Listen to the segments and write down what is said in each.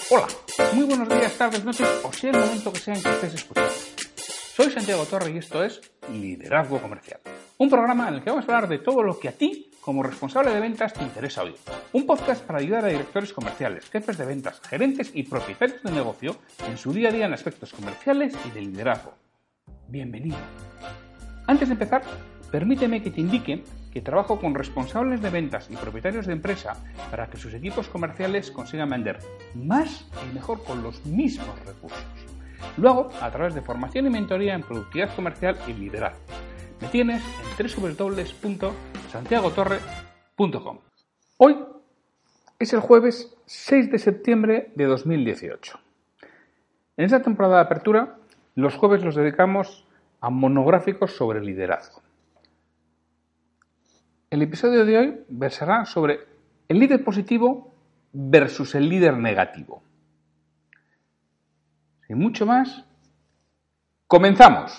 Hola, muy buenos días, tardes, noches, o sea el momento que sea en que estés escuchando. Soy Santiago Torre y esto es Liderazgo Comercial, un programa en el que vamos a hablar de todo lo que a ti, como responsable de ventas, te interesa oír. Un podcast para ayudar a directores comerciales, jefes de ventas, gerentes y propietarios de negocio en su día a día en aspectos comerciales y de liderazgo. Bienvenido. Antes de empezar, permíteme que te indique que trabajo con responsables de ventas y propietarios de empresa para que sus equipos comerciales consigan vender más y mejor con los mismos recursos. Lo hago a través de formación y mentoría en productividad comercial y liderazgo. Me tienes en www.santiagotorre.com. Hoy es el jueves 6 de septiembre de 2018. En esta temporada de apertura, los jueves los dedicamos a monográficos sobre liderazgo. El episodio de hoy versará sobre el líder positivo versus el líder negativo. Sin mucho más, ¡comenzamos!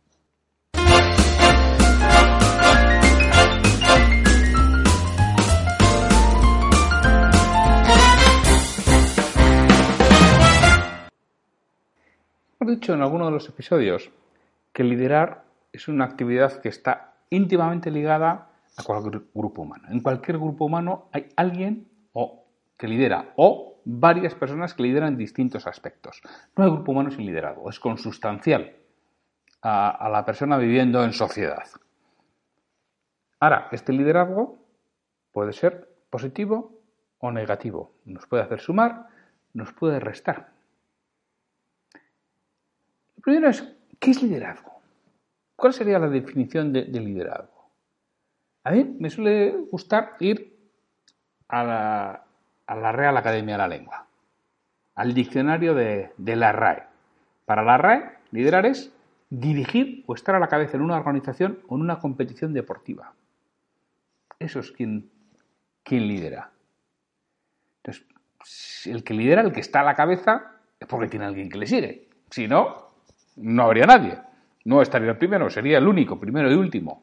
Hemos dicho en alguno de los episodios que liderar es una actividad que está íntimamente ligada a cualquier grupo humano. En cualquier grupo humano hay alguien que lidera o varias personas que lideran distintos aspectos. No hay grupo humano sin liderazgo, es consustancial a la persona viviendo en sociedad. Ahora, este liderazgo puede ser positivo o negativo. Nos puede hacer sumar, nos puede restar. Lo primero es, ¿qué es liderazgo? ¿Cuál sería la definición de liderazgo? A mí me suele gustar ir a la Real Academia de la Lengua, al diccionario de la RAE. Para la RAE, liderar es dirigir o estar a la cabeza en una organización o en una competición deportiva. Eso es quien lidera. Entonces, el que lidera, el que está a la cabeza, es porque tiene alguien que le sigue. Si no, no habría nadie. No estaría el primero, sería el único, primero y último.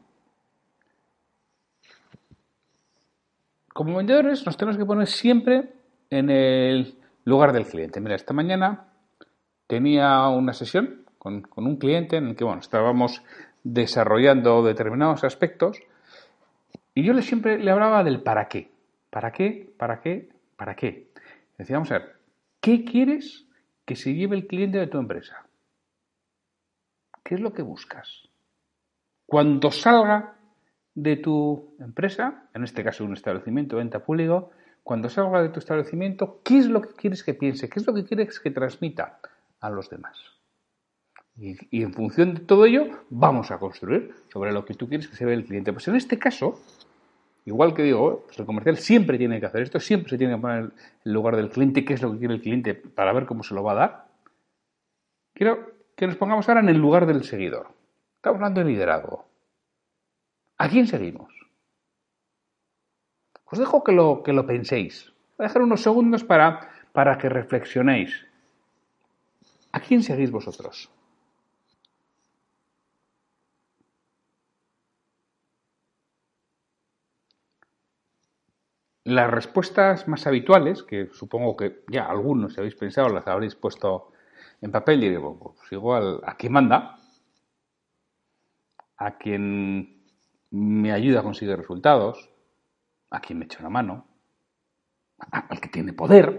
Como vendedores nos tenemos que poner siempre en el lugar del cliente. Mira, esta mañana tenía una sesión con un cliente en el que estábamos desarrollando determinados aspectos y yo siempre le hablaba del para qué. ¿Para qué? ¿Para qué? ¿Para qué? Decía, vamos a ver, ¿qué quieres que se lleve el cliente de tu empresa? ¿Qué es lo que buscas? Cuando salga de tu empresa, en este caso un establecimiento de venta público, cuando salga de tu establecimiento, ¿qué es lo que quieres que piense? ¿Qué es lo que quieres que transmita a los demás? Y en función de todo ello, vamos a construir sobre lo que tú quieres que se vea el cliente. Pues en este caso, igual que digo, pues el comercial siempre tiene que hacer esto, siempre se tiene que poner en el lugar del cliente, qué es lo que quiere el cliente para ver cómo se lo va a dar. Quiero que nos pongamos ahora en el lugar del seguidor. Estamos hablando de liderazgo. ¿A quién seguimos? Os dejo que lo penséis. Voy a dejar unos segundos para que reflexionéis. ¿A quién seguís vosotros? Las respuestas más habituales, que supongo que ya algunos habéis pensado, las habréis puesto en papel y digo, pues igual, ¿a quién manda? ¿A quién me ayuda a conseguir resultados? ¿A quién me echa una mano? ¿Al que tiene poder?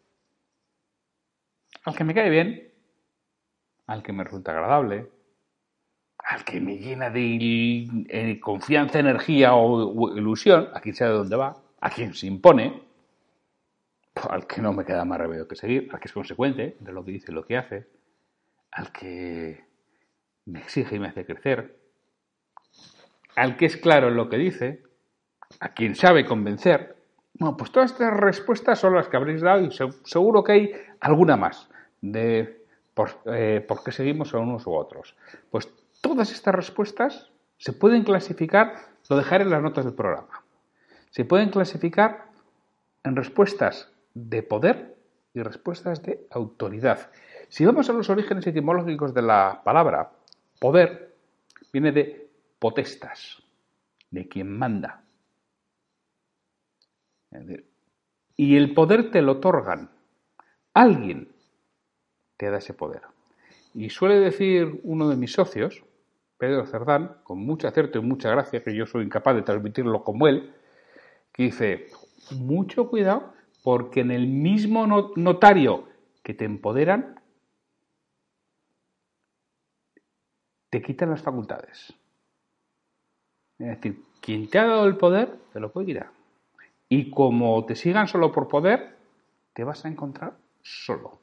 ¿Al que me cae bien? ¿Al que me resulta agradable? ¿Al que me llena de confianza, energía o ilusión? ¿A quien sabe dónde va? ¿A quien se impone? Pues al que no me queda más remedio que seguir, al que es consecuente de lo que dice y lo que hace, al que me exige y me hace crecer, al que es claro en lo que dice, a quien sabe convencer. Bueno, pues todas estas respuestas son las que habréis dado y seguro que hay alguna más de por qué seguimos a unos u otros. Pues todas estas respuestas se pueden clasificar, lo dejaré en las notas del programa, se pueden clasificar en respuestas de poder y respuestas de autoridad. Si vamos a los orígenes etimológicos de la palabra, poder viene de potestas, de quien manda. Y el poder te lo otorgan Alguien te da ese poder. Y suele decir uno de mis socios, Pedro Cerdán, con mucho acierto y mucha gracia, que yo soy incapaz de transmitirlo como él, que dice, mucho cuidado, porque en el mismo notario que te empoderan, te quitan las facultades. Es decir, quien te ha dado el poder, te lo puede quitar. Y como te sigan solo por poder, te vas a encontrar solo.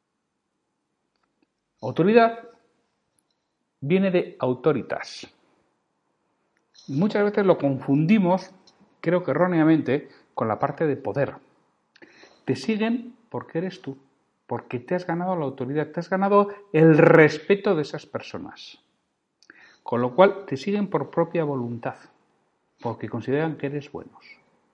Autoridad viene de autoritas. Muchas veces lo confundimos, creo que erróneamente, con la parte de poder. Te siguen porque eres tú, porque te has ganado la autoridad, te has ganado el respeto de esas personas. Con lo cual te siguen por propia voluntad, porque consideran que eres buenos.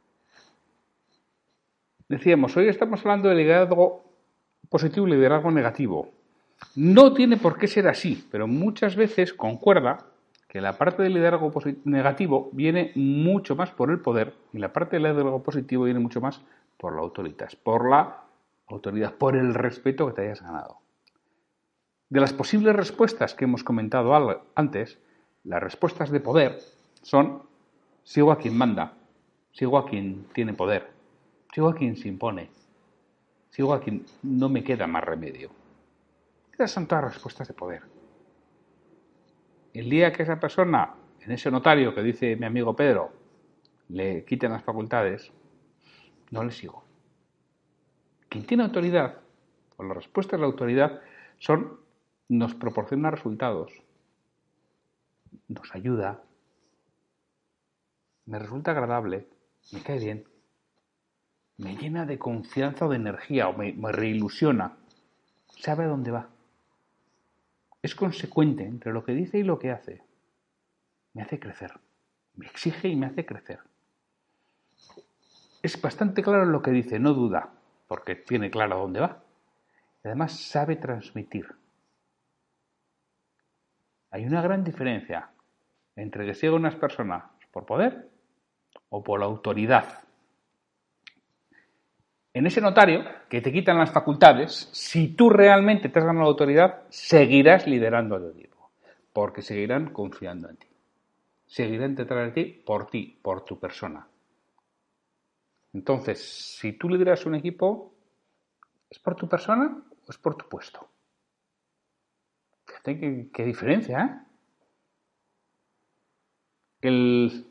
Decíamos, hoy estamos hablando de liderazgo positivo y liderazgo negativo. No tiene por qué ser así, pero muchas veces concuerda que la parte del liderazgo negativo viene mucho más por el poder y la parte del liderazgo positivo viene mucho más por la autoridad, por el respeto que te hayas ganado. De las posibles respuestas que hemos comentado antes, las respuestas de poder son sigo a quien manda, sigo a quien tiene poder, sigo a quien se impone, sigo a quien no me queda más remedio. Esas son todas respuestas de poder. El día que esa persona, en ese notario que dice mi amigo Pedro, le quiten las facultades, no le sigo. Quien tiene autoridad, o las respuestas de la autoridad, nos proporciona resultados, nos ayuda, me resulta agradable, me cae bien, me llena de confianza o de energía, o me reilusiona, sabe a dónde va. Es consecuente entre lo que dice y lo que hace. Me hace crecer, me exige y me hace crecer. Es bastante claro en lo que dice, no duda, porque tiene claro a dónde va. Y además sabe transmitir. Hay una gran diferencia entre que siga unas personas por poder o por la autoridad. En ese notario que te quitan las facultades, si tú realmente te has ganado la autoridad, seguirás liderando al equipo, porque seguirán confiando en ti. Seguirán detrás de ti, por tu persona. Entonces, si tú lideras un equipo, ¿es por tu persona o es por tu puesto? Fíjate qué diferencia, ¿eh?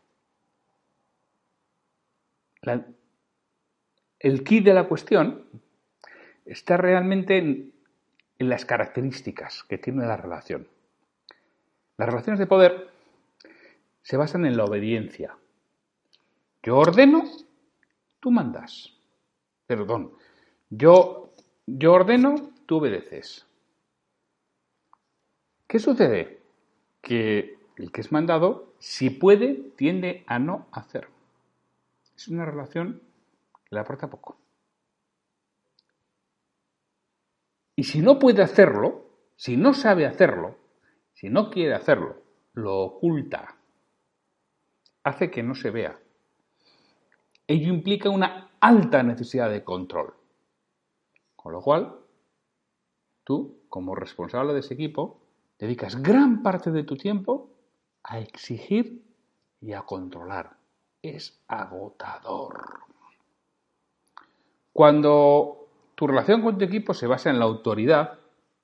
El quid de la cuestión está realmente en las características que tiene la relación. Las relaciones de poder se basan en la obediencia. Yo ordeno, tú mandas. Perdón, yo ordeno, tú obedeces. ¿Qué sucede? Que el que es mandado, si puede, tiende a no hacer. Es una relación que le aporta poco. Y si no puede hacerlo, si no sabe hacerlo, si no quiere hacerlo, lo oculta, hace que no se vea. Ello implica una alta necesidad de control. Con lo cual, tú, como responsable de ese equipo, dedicas gran parte de tu tiempo a exigir y a controlar. Es agotador. Cuando tu relación con tu equipo se basa en la autoridad,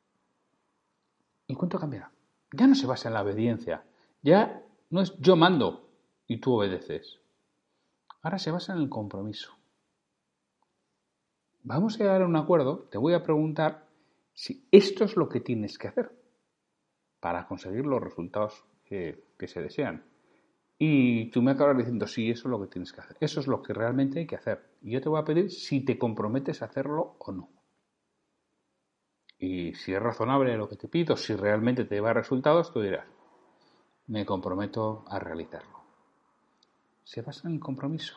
el cuento cambiará. Ya no se basa en la obediencia. Ya no es yo mando y tú obedeces. Ahora se basa en el compromiso. Vamos a llegar a un acuerdo. Te voy a preguntar si esto es lo que tienes que hacer para conseguir los resultados que se desean. Y tú me acabas diciendo, sí, eso es lo que tienes que hacer. Eso es lo que realmente hay que hacer. Y yo te voy a pedir si te comprometes a hacerlo o no. Y si es razonable lo que te pido, si realmente te lleva resultados, tú dirás, me comprometo a realizarlo. Se basa en el compromiso.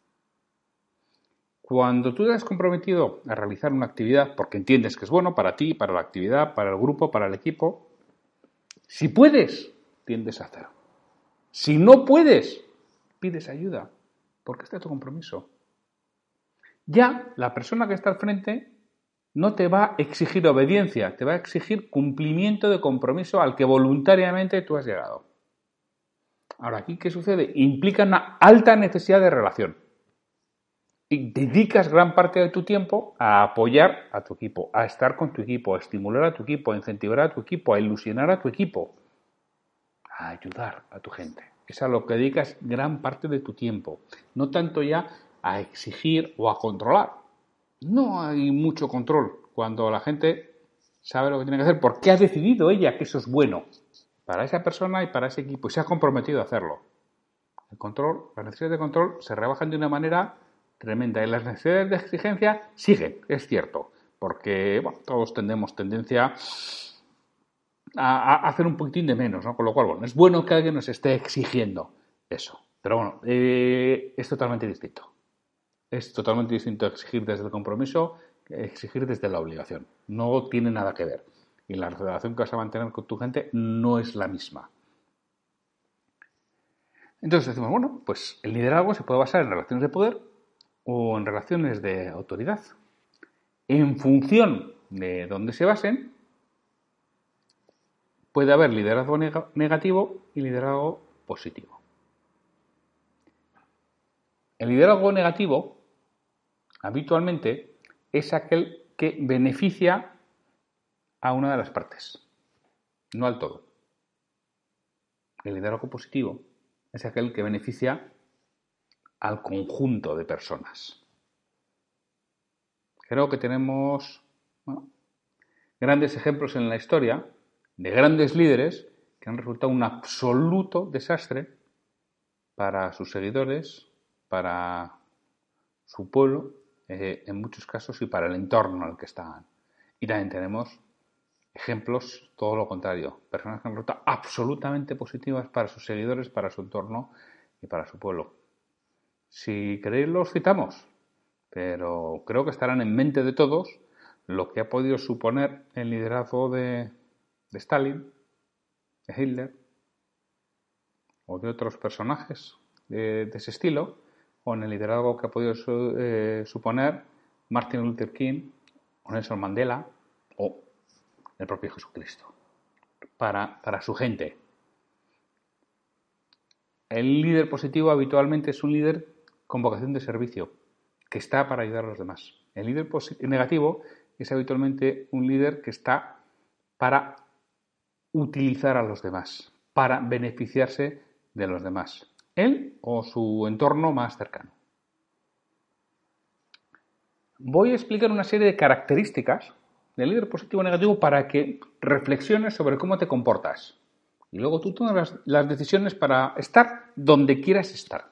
Cuando tú te has comprometido a realizar una actividad porque entiendes que es bueno para ti, para la actividad, para el grupo, para el equipo, si puedes, tiendes a hacer. Si no puedes, pides ayuda, porque está tu compromiso. Ya la persona que está al frente no te va a exigir obediencia, te va a exigir cumplimiento de compromiso al que voluntariamente tú has llegado. Ahora, ¿aquí qué sucede? Implica una alta necesidad de relación. Y dedicas gran parte de tu tiempo a apoyar a tu equipo, a estar con tu equipo, a estimular a tu equipo, a incentivar a tu equipo, a ilusionar a tu equipo, a ayudar a tu gente. Es a lo que dedicas gran parte de tu tiempo. No tanto ya a exigir o a controlar. No hay mucho control cuando la gente sabe lo que tiene que hacer porque ha decidido ella que eso es bueno para esa persona y para ese equipo y se ha comprometido a hacerlo. El control, las necesidades de control se rebajan de una manera tremenda y las necesidades de exigencia siguen, es cierto, porque bueno, todos tenemos tendencia a hacer un poquitín de menos, ¿no? Con lo cual, bueno, es bueno que alguien nos esté exigiendo eso, pero bueno, es totalmente distinto. Es totalmente distinto exigir desde el compromiso que exigir desde la obligación. No tiene nada que ver. Y la relación que vas a mantener con tu gente no es la misma. Entonces decimos, bueno, pues el liderazgo se puede basar en relaciones de poder o en relaciones de autoridad. En función de dónde se basen, puede haber liderazgo negativo y liderazgo positivo. El liderazgo negativo, habitualmente, es aquel que beneficia a una de las partes, no al todo. El liderazgo positivo es aquel que beneficia al conjunto de personas. Creo que tenemos grandes ejemplos en la historia de grandes líderes que han resultado un absoluto desastre para sus seguidores, para su pueblo, en muchos casos, y para el entorno en el que estaban. Y también tenemos ejemplos, todo lo contrario, personas que han resultado absolutamente positivas para sus seguidores, para su entorno y para su pueblo. Si queréis los citamos, pero creo que estarán en mente de todos lo que ha podido suponer el liderazgo de Stalin, de Hitler o de otros personajes de ese estilo, o en el liderazgo que ha podido suponer Martin Luther King o Nelson Mandela o el propio Jesucristo para su gente. El líder positivo habitualmente es un líder con vocación de servicio, que está para ayudar a los demás. El líder negativo es habitualmente un líder que está para utilizar a los demás, para beneficiarse de los demás, él o su entorno más cercano. Voy a explicar una serie de características del líder positivo o negativo para que reflexiones sobre cómo te comportas. Y luego tú tomas las decisiones para estar donde quieras estar.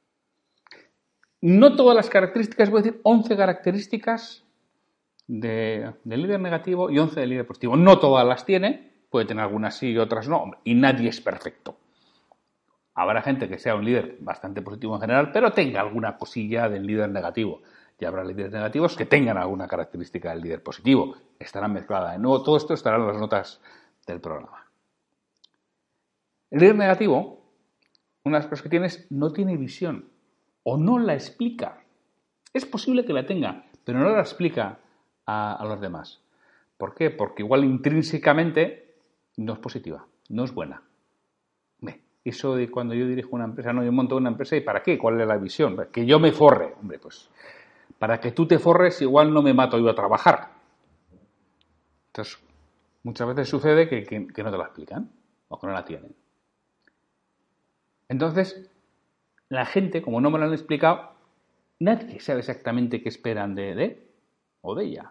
No todas las características, voy a decir 11 características del líder negativo y 11 del líder positivo. No todas las tiene, puede tener algunas sí y otras no, y nadie es perfecto. Habrá gente que sea un líder bastante positivo en general, pero tenga alguna cosilla del líder negativo. Y habrá líderes negativos que tengan alguna característica del líder positivo. Estarán mezcladas. De nuevo, todo esto estará en las notas del programa. El líder negativo, una de las cosas que tiene es no tiene visión o no la explica. Es posible que la tenga, pero no la explica a los demás. ¿Por qué? Porque igual intrínsecamente no es positiva, no es buena. Eso de cuando yo dirijo una empresa, no, yo monto una empresa, ¿y para qué? ¿Cuál es la visión? Que yo me forre. Hombre, pues para que tú te forres igual no me mato yo a trabajar. Entonces, muchas veces sucede que no te la explican o que no la tienen. Entonces, la gente, como no me lo han explicado, nadie sabe exactamente qué esperan de él o de ella.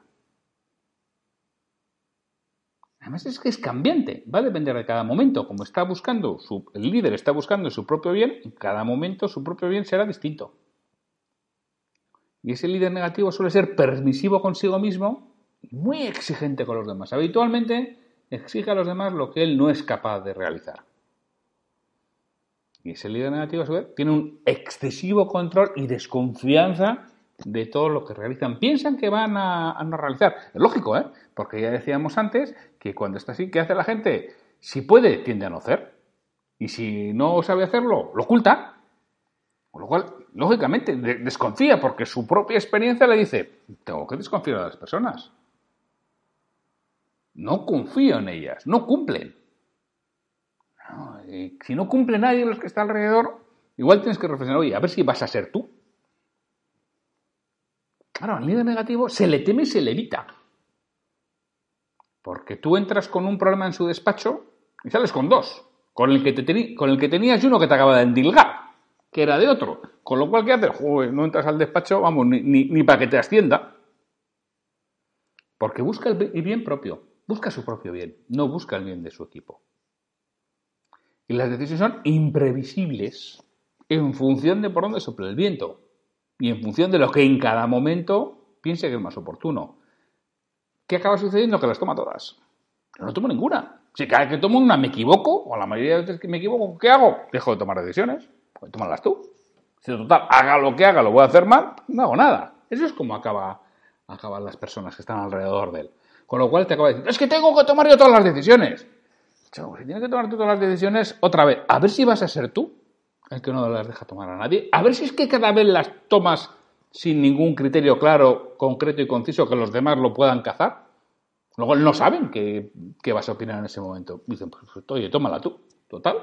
Además es que es cambiante, va a depender de cada momento. Como está buscando, el líder está buscando su propio bien, en cada momento su propio bien será distinto. Y ese líder negativo suele ser permisivo consigo mismo y muy exigente con los demás. Habitualmente exige a los demás lo que él no es capaz de realizar. Y ese líder negativo, a su vez, tiene un excesivo control y desconfianza de todo lo que realizan. Piensan que van a no realizar. Es lógico, ¿eh? Porque ya decíamos antes que cuando está así, ¿qué hace la gente? Si puede, tiende a no hacer. Y si no sabe hacerlo, lo oculta. Con lo cual, lógicamente, desconfía porque su propia experiencia le dice, tengo que desconfiar de las personas. No confío en ellas, no cumplen. No, si no cumple nadie de los que está alrededor, igual tienes que reflexionar, oye, a ver si vas a ser tú. Claro, al líder negativo se le teme y se le evita. Porque tú entras con un problema en su despacho y sales con dos. Con el que tenías y uno que te acaba de endilgar, que era de otro. Con lo cual, ¿qué haces? Joder, no entras al despacho, vamos, ni para que te ascienda. Porque busca el bien propio, busca su propio bien, no busca el bien de su equipo. Y las decisiones son imprevisibles en función de por dónde sople el viento y en función de lo que en cada momento piense que es más oportuno. ¿Qué acaba sucediendo? Que las toma todas. Yo no tomo ninguna. Si cada vez que tomo una me equivoco, o la mayoría de veces que me equivoco, ¿qué hago? Dejo de tomar decisiones. Pues tómalas tú. Si total, haga lo que haga, lo voy a hacer mal, no hago nada. Eso es como acaban las personas que están alrededor de él. Con lo cual te acaba de decir, es que tengo que tomar yo todas las decisiones. Chau, si tienes que tomar tú todas las decisiones, otra vez, a ver si vas a ser tú el que no las deja tomar a nadie. A ver si es que cada vez las tomas sin ningún criterio claro, concreto y conciso que los demás lo puedan cazar. Luego no saben qué vas a opinar en ese momento. Dicen, pues oye, tómala tú. Total.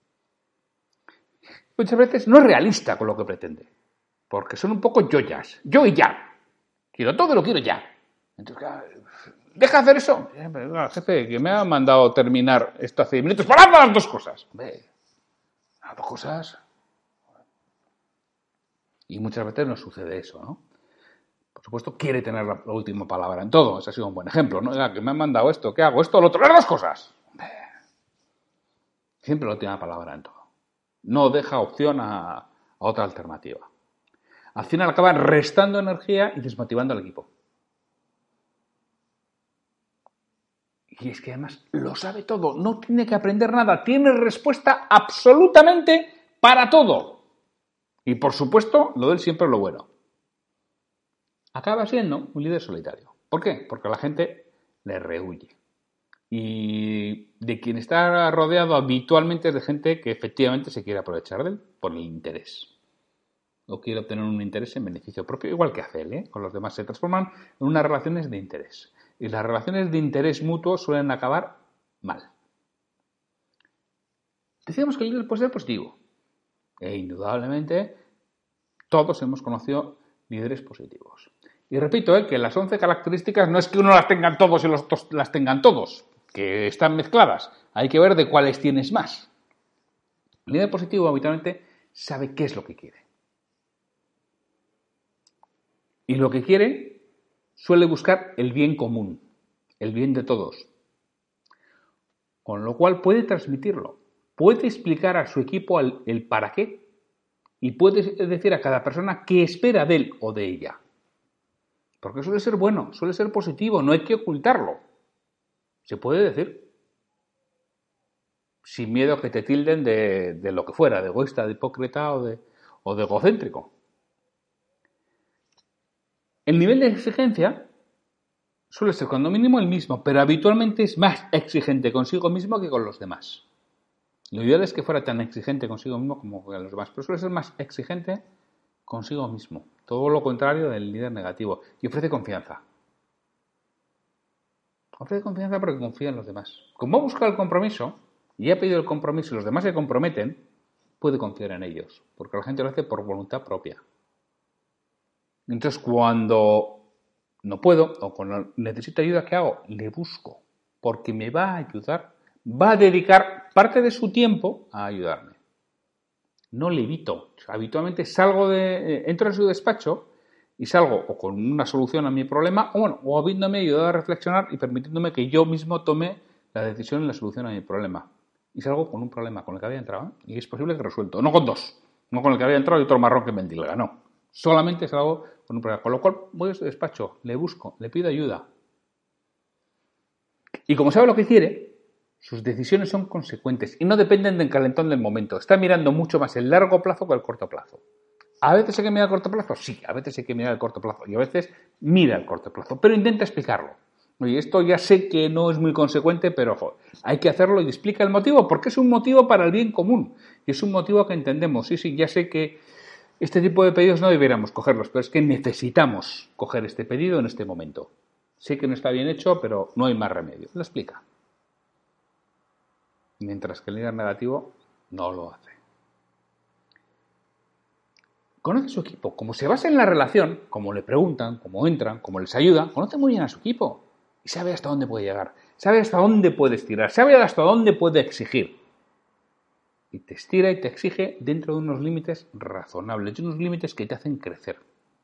Muchas veces no es realista con lo que pretende. Porque son un poco yoyas. Yo y ya. Quiero todo, lo quiero ya. Entonces, deja de hacer eso. Jefe, que me ha mandado terminar esto hace 10 minutos. ¡Para las dos cosas! Las dos cosas. Y muchas veces nos sucede eso, ¿no? Por supuesto, quiere tener la última palabra en todo. Ese ha sido un buen ejemplo, ¿no? Que me han mandado esto, ¿qué hago? Esto, lo otro, las dos cosas. Siempre la última palabra en todo. No deja opción a otra alternativa. Al final acaba restando energía y desmotivando al equipo. Y es que además lo sabe todo, no tiene que aprender nada, tiene respuesta absolutamente para todo. Y por supuesto, lo de él siempre es lo bueno. Acaba siendo un líder solitario. ¿Por qué? Porque la gente le rehuye. Y de quien está rodeado habitualmente es de gente que efectivamente se quiere aprovechar de él por el interés. O quiere obtener un interés en beneficio propio, igual que hace él, ¿eh? Con los demás se transforman en unas relaciones de interés. Y las relaciones de interés mutuo suelen acabar mal. Decíamos que el líder puede ser positivo. E indudablemente todos hemos conocido líderes positivos. Y repito, que las 11 características no es que uno las tengan todos y los otros las tengan todos, que están mezcladas. Hay que ver de cuáles tienes más. El líder positivo habitualmente sabe qué es lo que quiere. Y lo que quiere suele buscar el bien común, el bien de todos. Con lo cual puede transmitirlo, puede explicar a su equipo el para qué y puede decir a cada persona qué espera de él o de ella. Porque suele ser bueno, suele ser positivo, no hay que ocultarlo. Se puede decir. Sin miedo a que te tilden de lo que fuera, de egoísta, de hipócrita o de egocéntrico. El nivel de exigencia suele ser cuando mínimo el mismo, pero habitualmente es más exigente consigo mismo que con los demás. Lo ideal es que fuera tan exigente consigo mismo como con los demás, pero suele ser más exigente consigo mismo. Todo lo contrario del líder negativo. Y ofrece confianza. Ofrece confianza porque confía en los demás. Como ha buscado el compromiso y ha pedido el compromiso y los demás se comprometen, puede confiar en ellos, porque la gente lo hace por voluntad propia. Entonces, cuando no puedo o cuando necesito ayuda, ¿qué hago? Le busco, porque me va a ayudar, va a dedicar parte de su tiempo a ayudarme. No le evito. Habitualmente entro en su despacho y salgo o con una solución a mi problema o habiéndome ayudado a reflexionar y permitiéndome que yo mismo tome la decisión y la solución a mi problema. Y salgo con un problema con el que había entrado y es posible que resuelto. No con dos. No con el que había entrado y otro marrón que me endilga, no. Solamente salgo con un problema. Con lo cual voy a su despacho, le busco, le pido ayuda. Y como sabe lo que quiere, sus decisiones son consecuentes y no dependen del calentón del momento. Está mirando mucho más el largo plazo que el corto plazo. ¿A veces hay que mirar el corto plazo? Sí, a veces hay que mirar el corto plazo y a veces mira el corto plazo, pero intenta explicarlo. Oye, esto ya sé que no es muy consecuente, pero ojo, hay que hacerlo y explica el motivo, porque es un motivo para el bien común y es un motivo que entendemos. Sí, ya sé que este tipo de pedidos no deberíamos cogerlos, pero es que necesitamos coger este pedido en este momento. Sé que no está bien hecho, pero no hay más remedio. Lo explica. Mientras que el líder negativo no lo hace. Conoce a su equipo. Como se basa en la relación, como le preguntan, cómo entran, cómo les ayuda, conoce muy bien a su equipo. Y sabe hasta dónde puede llegar. Sabe hasta dónde puede estirar. Sabe hasta dónde puede exigir. Y te estira y te exige dentro de unos límites razonables, de unos límites que te hacen crecer.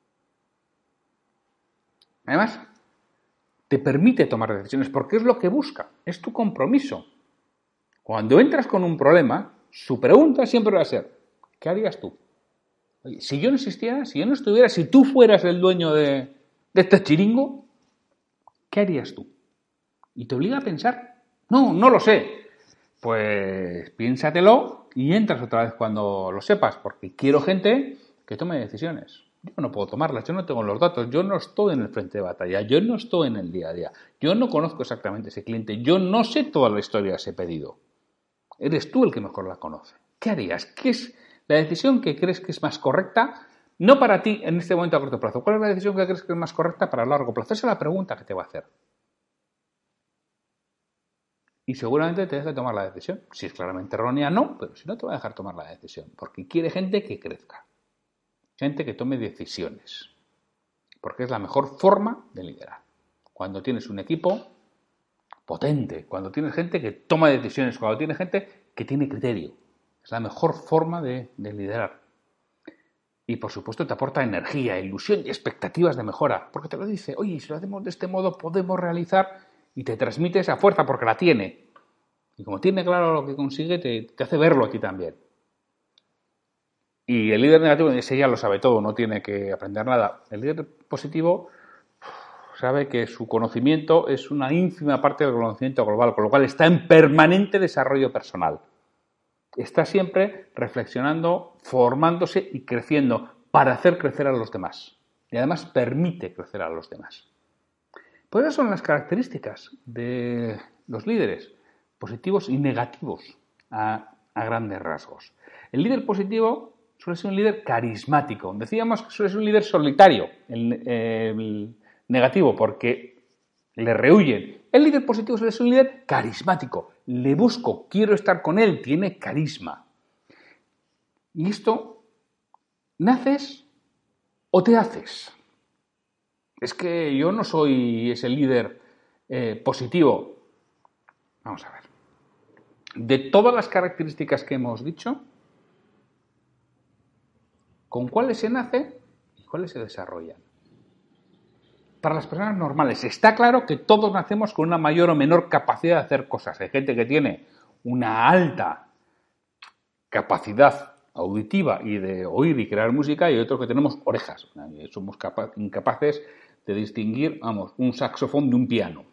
Además, te permite tomar decisiones porque es lo que busca, es tu compromiso. Cuando entras con un problema, su pregunta siempre va a ser, ¿qué harías tú? Oye, si yo no existiera, si yo no estuviera, si tú fueras el dueño de este chiringo, ¿qué harías tú? Y te obliga a pensar. No lo sé. Pues piénsatelo y entras otra vez cuando lo sepas, porque quiero gente que tome decisiones. Yo no puedo tomarlas, yo no tengo los datos, yo no estoy en el frente de batalla, yo no estoy en el día a día, yo no conozco exactamente ese cliente, yo no sé toda la historia de ese pedido. Eres tú el que mejor la conoce. ¿Qué harías? ¿Qué es la decisión que crees que es más correcta? No para ti en este momento a corto plazo. ¿Cuál es la decisión que crees que es más correcta para largo plazo? Esa es la pregunta que te va a hacer. Y seguramente te deja tomar la decisión. Si es claramente errónea, no, pero si no te va a dejar tomar la decisión. Porque quiere gente que crezca. Gente que tome decisiones. Porque es la mejor forma de liderar. Cuando tienes un equipo potente, cuando tienes gente que toma decisiones, cuando tienes gente que tiene criterio. Es la mejor forma de liderar. Y por supuesto te aporta energía, ilusión y expectativas de mejora. Porque te lo dice, oye, si lo hacemos de este modo podemos realizar, y te transmite esa fuerza porque la tiene. Y como tiene claro lo que consigue, te hace verlo a ti también. Y el líder negativo, ese ya lo sabe todo, no tiene que aprender nada. El líder positivo sabe que su conocimiento es una ínfima parte del conocimiento global, con lo cual está en permanente desarrollo personal. Está siempre reflexionando, formándose y creciendo para hacer crecer a los demás. Y además permite crecer a los demás. Pues esas son las características de los líderes, positivos y negativos a grandes rasgos. El líder positivo suele ser un líder carismático. Decíamos que suele ser un líder solitario, el negativo, porque le rehuyen. El líder positivo suele ser un líder carismático. Le busco, quiero estar con él, tiene carisma. Y esto, ¿naces o te haces? Es que yo no soy ese líder positivo. Vamos a ver. De todas las características que hemos dicho, ¿con cuáles se nace y cuáles se desarrollan? Para las personas normales, está claro que todos nacemos con una mayor o menor capacidad de hacer cosas. Hay gente que tiene una alta capacidad auditiva y de oír y crear música, y otros que tenemos orejas. Somos incapaces de distinguir, un saxofón de un piano.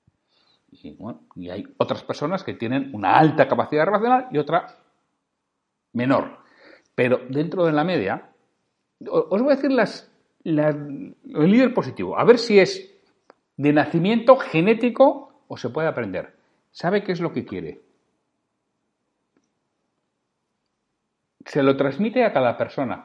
Y hay otras personas que tienen una alta capacidad relacional y otra menor. Pero dentro de la media, os voy a decir el líder positivo. A ver si es de nacimiento genético o se puede aprender. Sabe qué es lo que quiere. Se lo transmite a cada persona.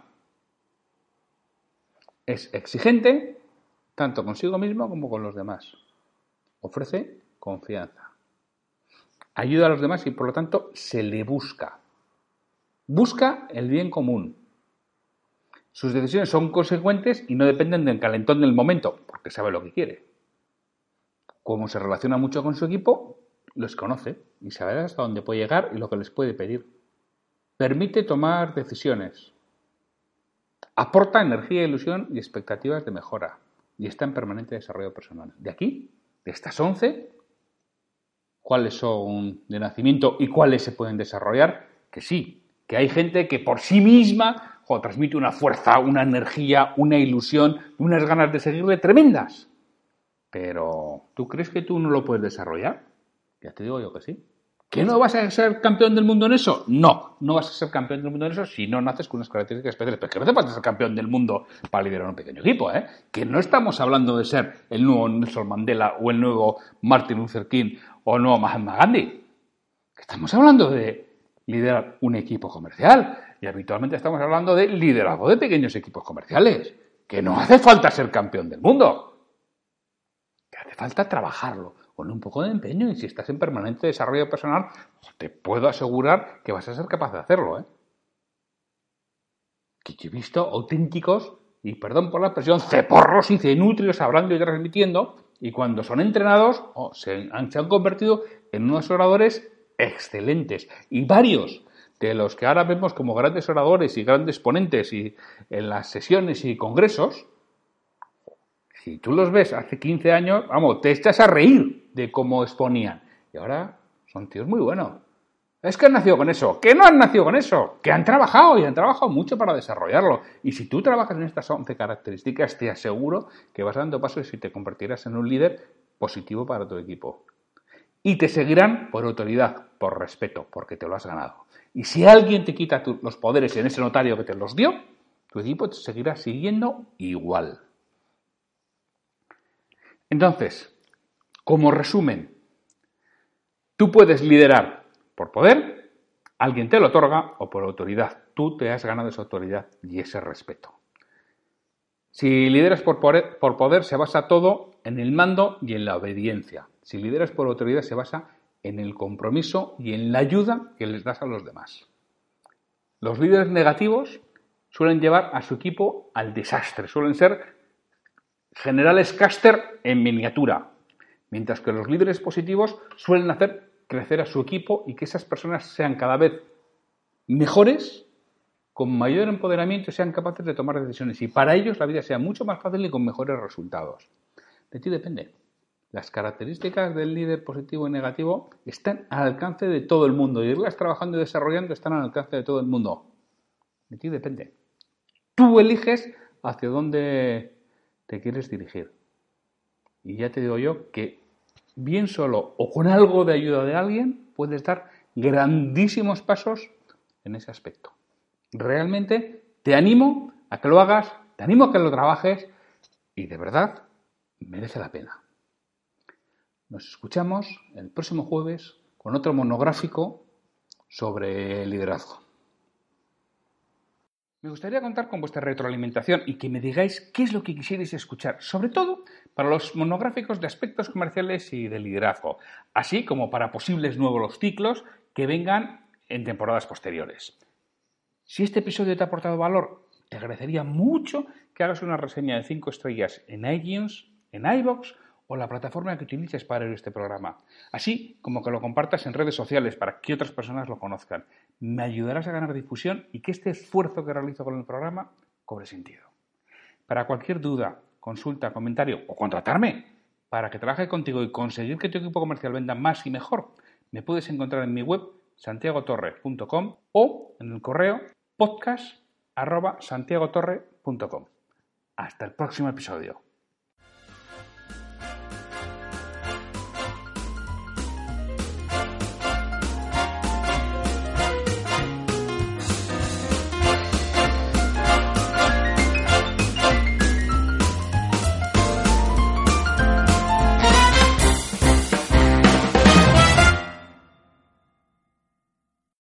Es exigente, tanto consigo mismo como con los demás. Ofrece confianza. Ayuda a los demás y, por lo tanto, se le busca. Busca el bien común. Sus decisiones son consecuentes y no dependen del calentón del momento, porque sabe lo que quiere. Como se relaciona mucho con su equipo, los conoce y sabe hasta dónde puede llegar y lo que les puede pedir. Permite tomar decisiones. Aporta energía, ilusión y expectativas de mejora. Y está en permanente desarrollo personal. De aquí, de estas 11, ¿cuáles son de nacimiento y cuáles se pueden desarrollar? Que sí, que hay gente que por sí misma transmite una fuerza, una energía, una ilusión, unas ganas de seguirle tremendas. Pero, ¿tú crees que tú no lo puedes desarrollar? Ya te digo yo que sí. ¿Que no vas a ser campeón del mundo en eso? No vas a ser campeón del mundo en eso si no naces con unas características especiales. Pero que no te vas a ser campeón del mundo para liderar un pequeño equipo, ¿eh? Que no estamos hablando de ser el nuevo Nelson Mandela o el nuevo Martin Luther King o el nuevo Mahatma Gandhi. Que estamos hablando de liderar un equipo comercial. Y habitualmente estamos hablando de liderazgo de pequeños equipos comerciales. Que no hace falta ser campeón del mundo. Que hace falta trabajarlo con un poco de empeño, y si estás en permanente desarrollo personal, te puedo asegurar que vas a ser capaz de hacerlo, ¿eh? Que yo he visto auténticos, y perdón por la expresión, ceporros y cenutrios hablando y transmitiendo, y cuando son entrenados se han convertido en unos oradores excelentes. Y varios de los que ahora vemos como grandes oradores y grandes ponentes y en las sesiones y congresos, si tú los ves hace 15 años, vamos, te echas a reír de cómo exponían. Y ahora son tíos muy buenos. Es que han nacido con eso, que no han nacido con eso, que han trabajado y han trabajado mucho para desarrollarlo. Y si tú trabajas en estas 11 características, te aseguro que vas dando pasos y te convertirás en un líder positivo para tu equipo. Y te seguirán por autoridad, por respeto, porque te lo has ganado. Y si alguien te quita los poderes en ese notario que te los dio, tu equipo te seguirá siguiendo igual. Entonces, como resumen, tú puedes liderar por poder, alguien te lo otorga, o por autoridad. Tú te has ganado esa autoridad y ese respeto. Si lideras por poder, se basa todo en el mando y en la obediencia. Si lideras por autoridad, se basa en el compromiso y en la ayuda que les das a los demás. Los líderes negativos suelen llevar a su equipo al desastre. Suelen ser generales Custer en miniatura. Mientras que los líderes positivos suelen hacer crecer a su equipo y que esas personas sean cada vez mejores, con mayor empoderamiento y sean capaces de tomar decisiones. Y para ellos la vida sea mucho más fácil y con mejores resultados. De ti depende. Las características del líder positivo y negativo están al alcance de todo el mundo. Y irlas trabajando y desarrollando están al alcance de todo el mundo. De ti depende. Tú eliges hacia dónde te quieres dirigir. Y ya te digo yo que bien solo o con algo de ayuda de alguien puedes dar grandísimos pasos en ese aspecto. Realmente te animo a que lo hagas, te animo a que lo trabajes y de verdad merece la pena. Nos escuchamos el próximo jueves con otro monográfico sobre liderazgo. Me gustaría contar con vuestra retroalimentación y que me digáis qué es lo que quisierais escuchar, sobre todo para los monográficos de aspectos comerciales y de liderazgo, así como para posibles nuevos ciclos que vengan en temporadas posteriores. Si este episodio te ha aportado valor, te agradecería mucho que hagas una reseña de 5 estrellas en iTunes, en iVoox o la plataforma que utilices para oír este programa, así como que lo compartas en redes sociales para que otras personas lo conozcan. Me ayudarás a ganar difusión y que este esfuerzo que realizo con el programa cobre sentido. Para cualquier duda, consulta, comentario o contratarme para que trabaje contigo y conseguir que tu equipo comercial venda más y mejor, me puedes encontrar en mi web santiagotorre.com o en el correo podcast@santiagotorre.com. Hasta el próximo episodio.